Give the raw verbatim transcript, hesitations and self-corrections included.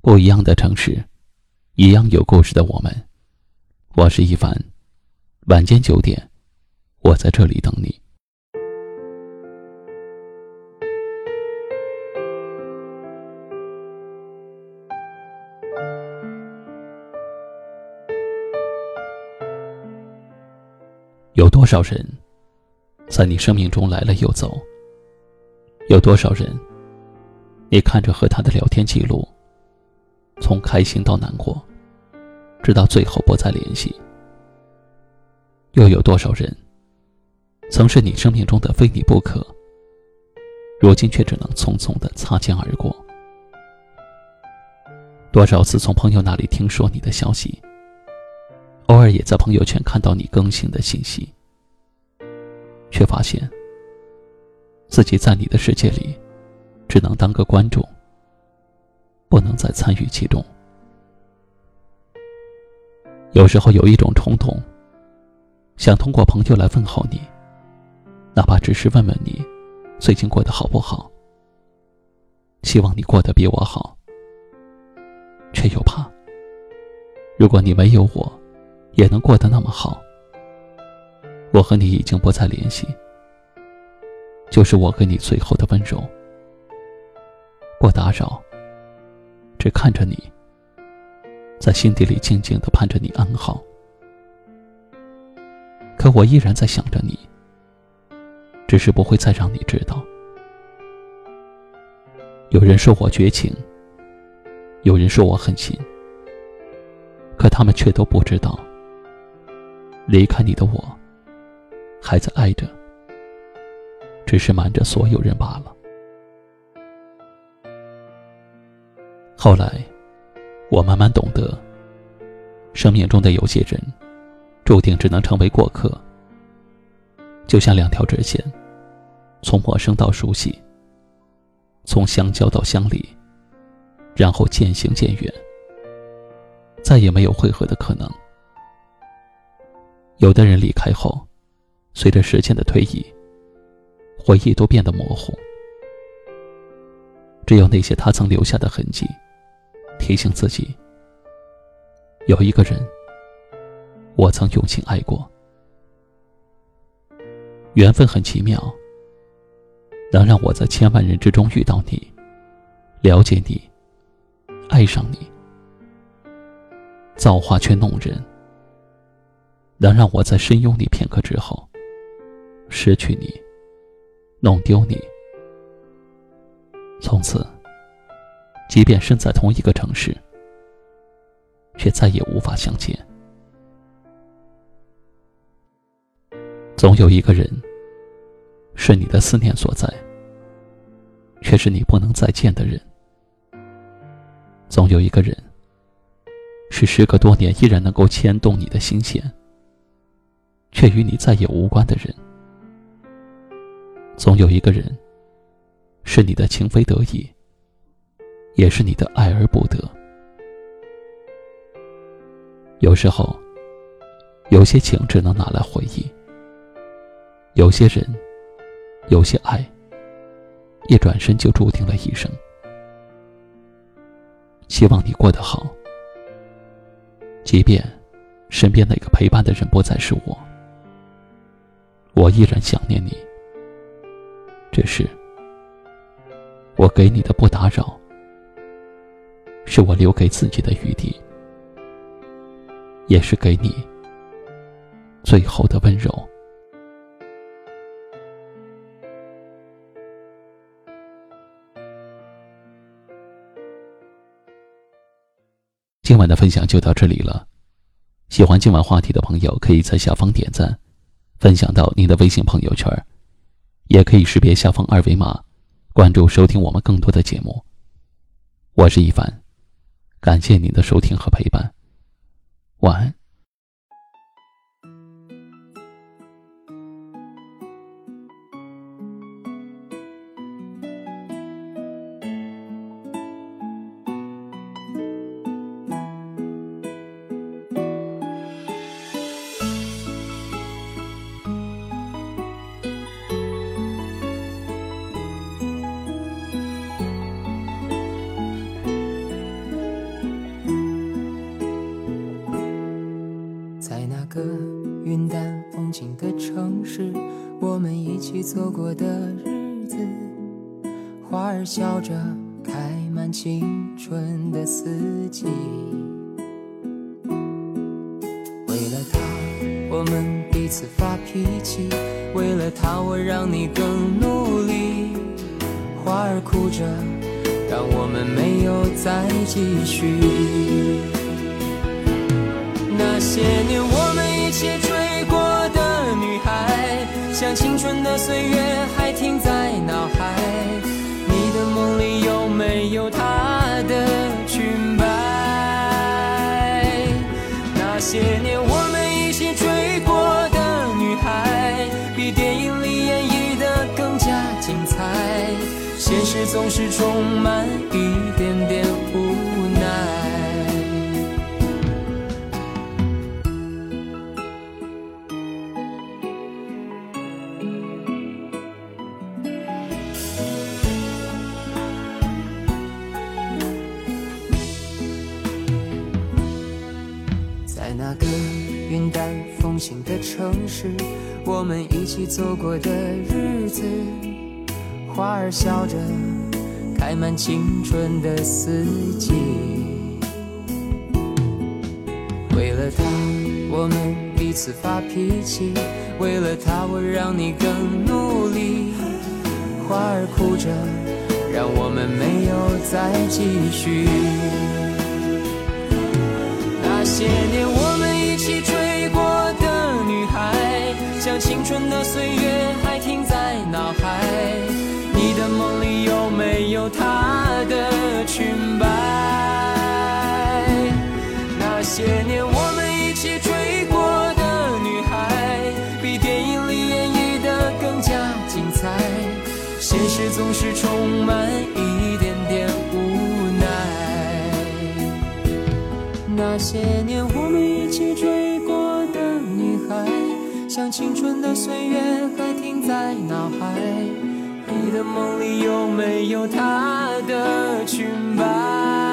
不一样的城市，一样有故事的我们。我是一凡，晚间九点，我在这里等你。有多少人在你生命中来了又走？有多少人你看着和他的聊天记录，从开心到难过，直到最后不再联系？又有多少人曾是你生命中的非你不可，如今却只能匆匆地擦肩而过？多少次从朋友那里听说你的消息，偶尔也在朋友圈看到你更新的信息，却发现自己在你的世界里只能当个观众，不能再参与其中。有时候有一种冲动，想通过朋友来问候你，哪怕只是问问你最近过得好不好，希望你过得比我好，却又怕如果你没有我也能过得那么好，我和你已经不再联系，就是我给你最后的温柔，不打扰，只看着你，在心底里静静地盼着你安好。可我依然在想着你，只是不会再让你知道。有人说我绝情，有人说我狠心，可他们却都不知道，离开你的我还在爱着，只是瞒着所有人罢了。后来我慢慢懂得，生命中的有些人注定只能成为过客，就像两条直线，从陌生到熟悉，从相交到相离，然后渐行渐远，再也没有汇合的可能。有的人离开后，随着时间的推移，回忆都变得模糊，只有那些他曾留下的痕迹，提醒自己，有一个人我曾用心爱过。缘分很奇妙，能让我在千万人之中遇到你，了解你，爱上你。造化却弄人，能让我在深拥你片刻之后失去你，弄丢你。从此即便身在同一个城市，却再也无法相见。总有一个人是你的思念所在，却是你不能再见的人。总有一个人是时隔多年依然能够牵动你的心弦，却与你再也无关的人。总有一个人是你的情非得已，也是你的爱而不得。有时候有些情只能拿来回忆，有些人有些爱一转身就注定了一生。希望你过得好，即便身边那个陪伴的人不再是我，我依然想念你。只是我给你的不打扰，是我留给自己的余地，也是给你最后的温柔。今晚的分享就到这里了，喜欢今晚话题的朋友可以在下方点赞，分享到您的微信朋友圈，也可以识别下方二维码关注收听我们更多的节目。我是一凡，感谢您的收听和陪伴，晚安。 个云淡风轻的城市，我们一起走过的日子，花儿笑着开满青春的四季。为了他我们彼此发脾气，为了他我让你更努力。花儿哭着让我们没有再继续。那些年我们一起追过的女孩，像青春的岁月还停在脑海。你的梦里有没有她的裙摆？那些年我们一起追过的女孩，比电影里演绎的更加精彩。现实总是充满一点点无奈。在那个云淡风轻的城市，我们一起走过的日子，花儿笑着开满青春的四季。为了他我们彼此发脾气，为了他我让你更努力。花儿哭着让我们没有再继续。那些年我们一起追过的女孩，像青春的岁月还停在脑海。你的梦里有没有她的裙摆？那些年我们一起追过的女孩，比电影里演绎的更加精彩。现实总是充满一点点无奈。那些年我们一起追过的女孩，像青春的岁月还停在脑海。你的梦里有没有她的裙摆？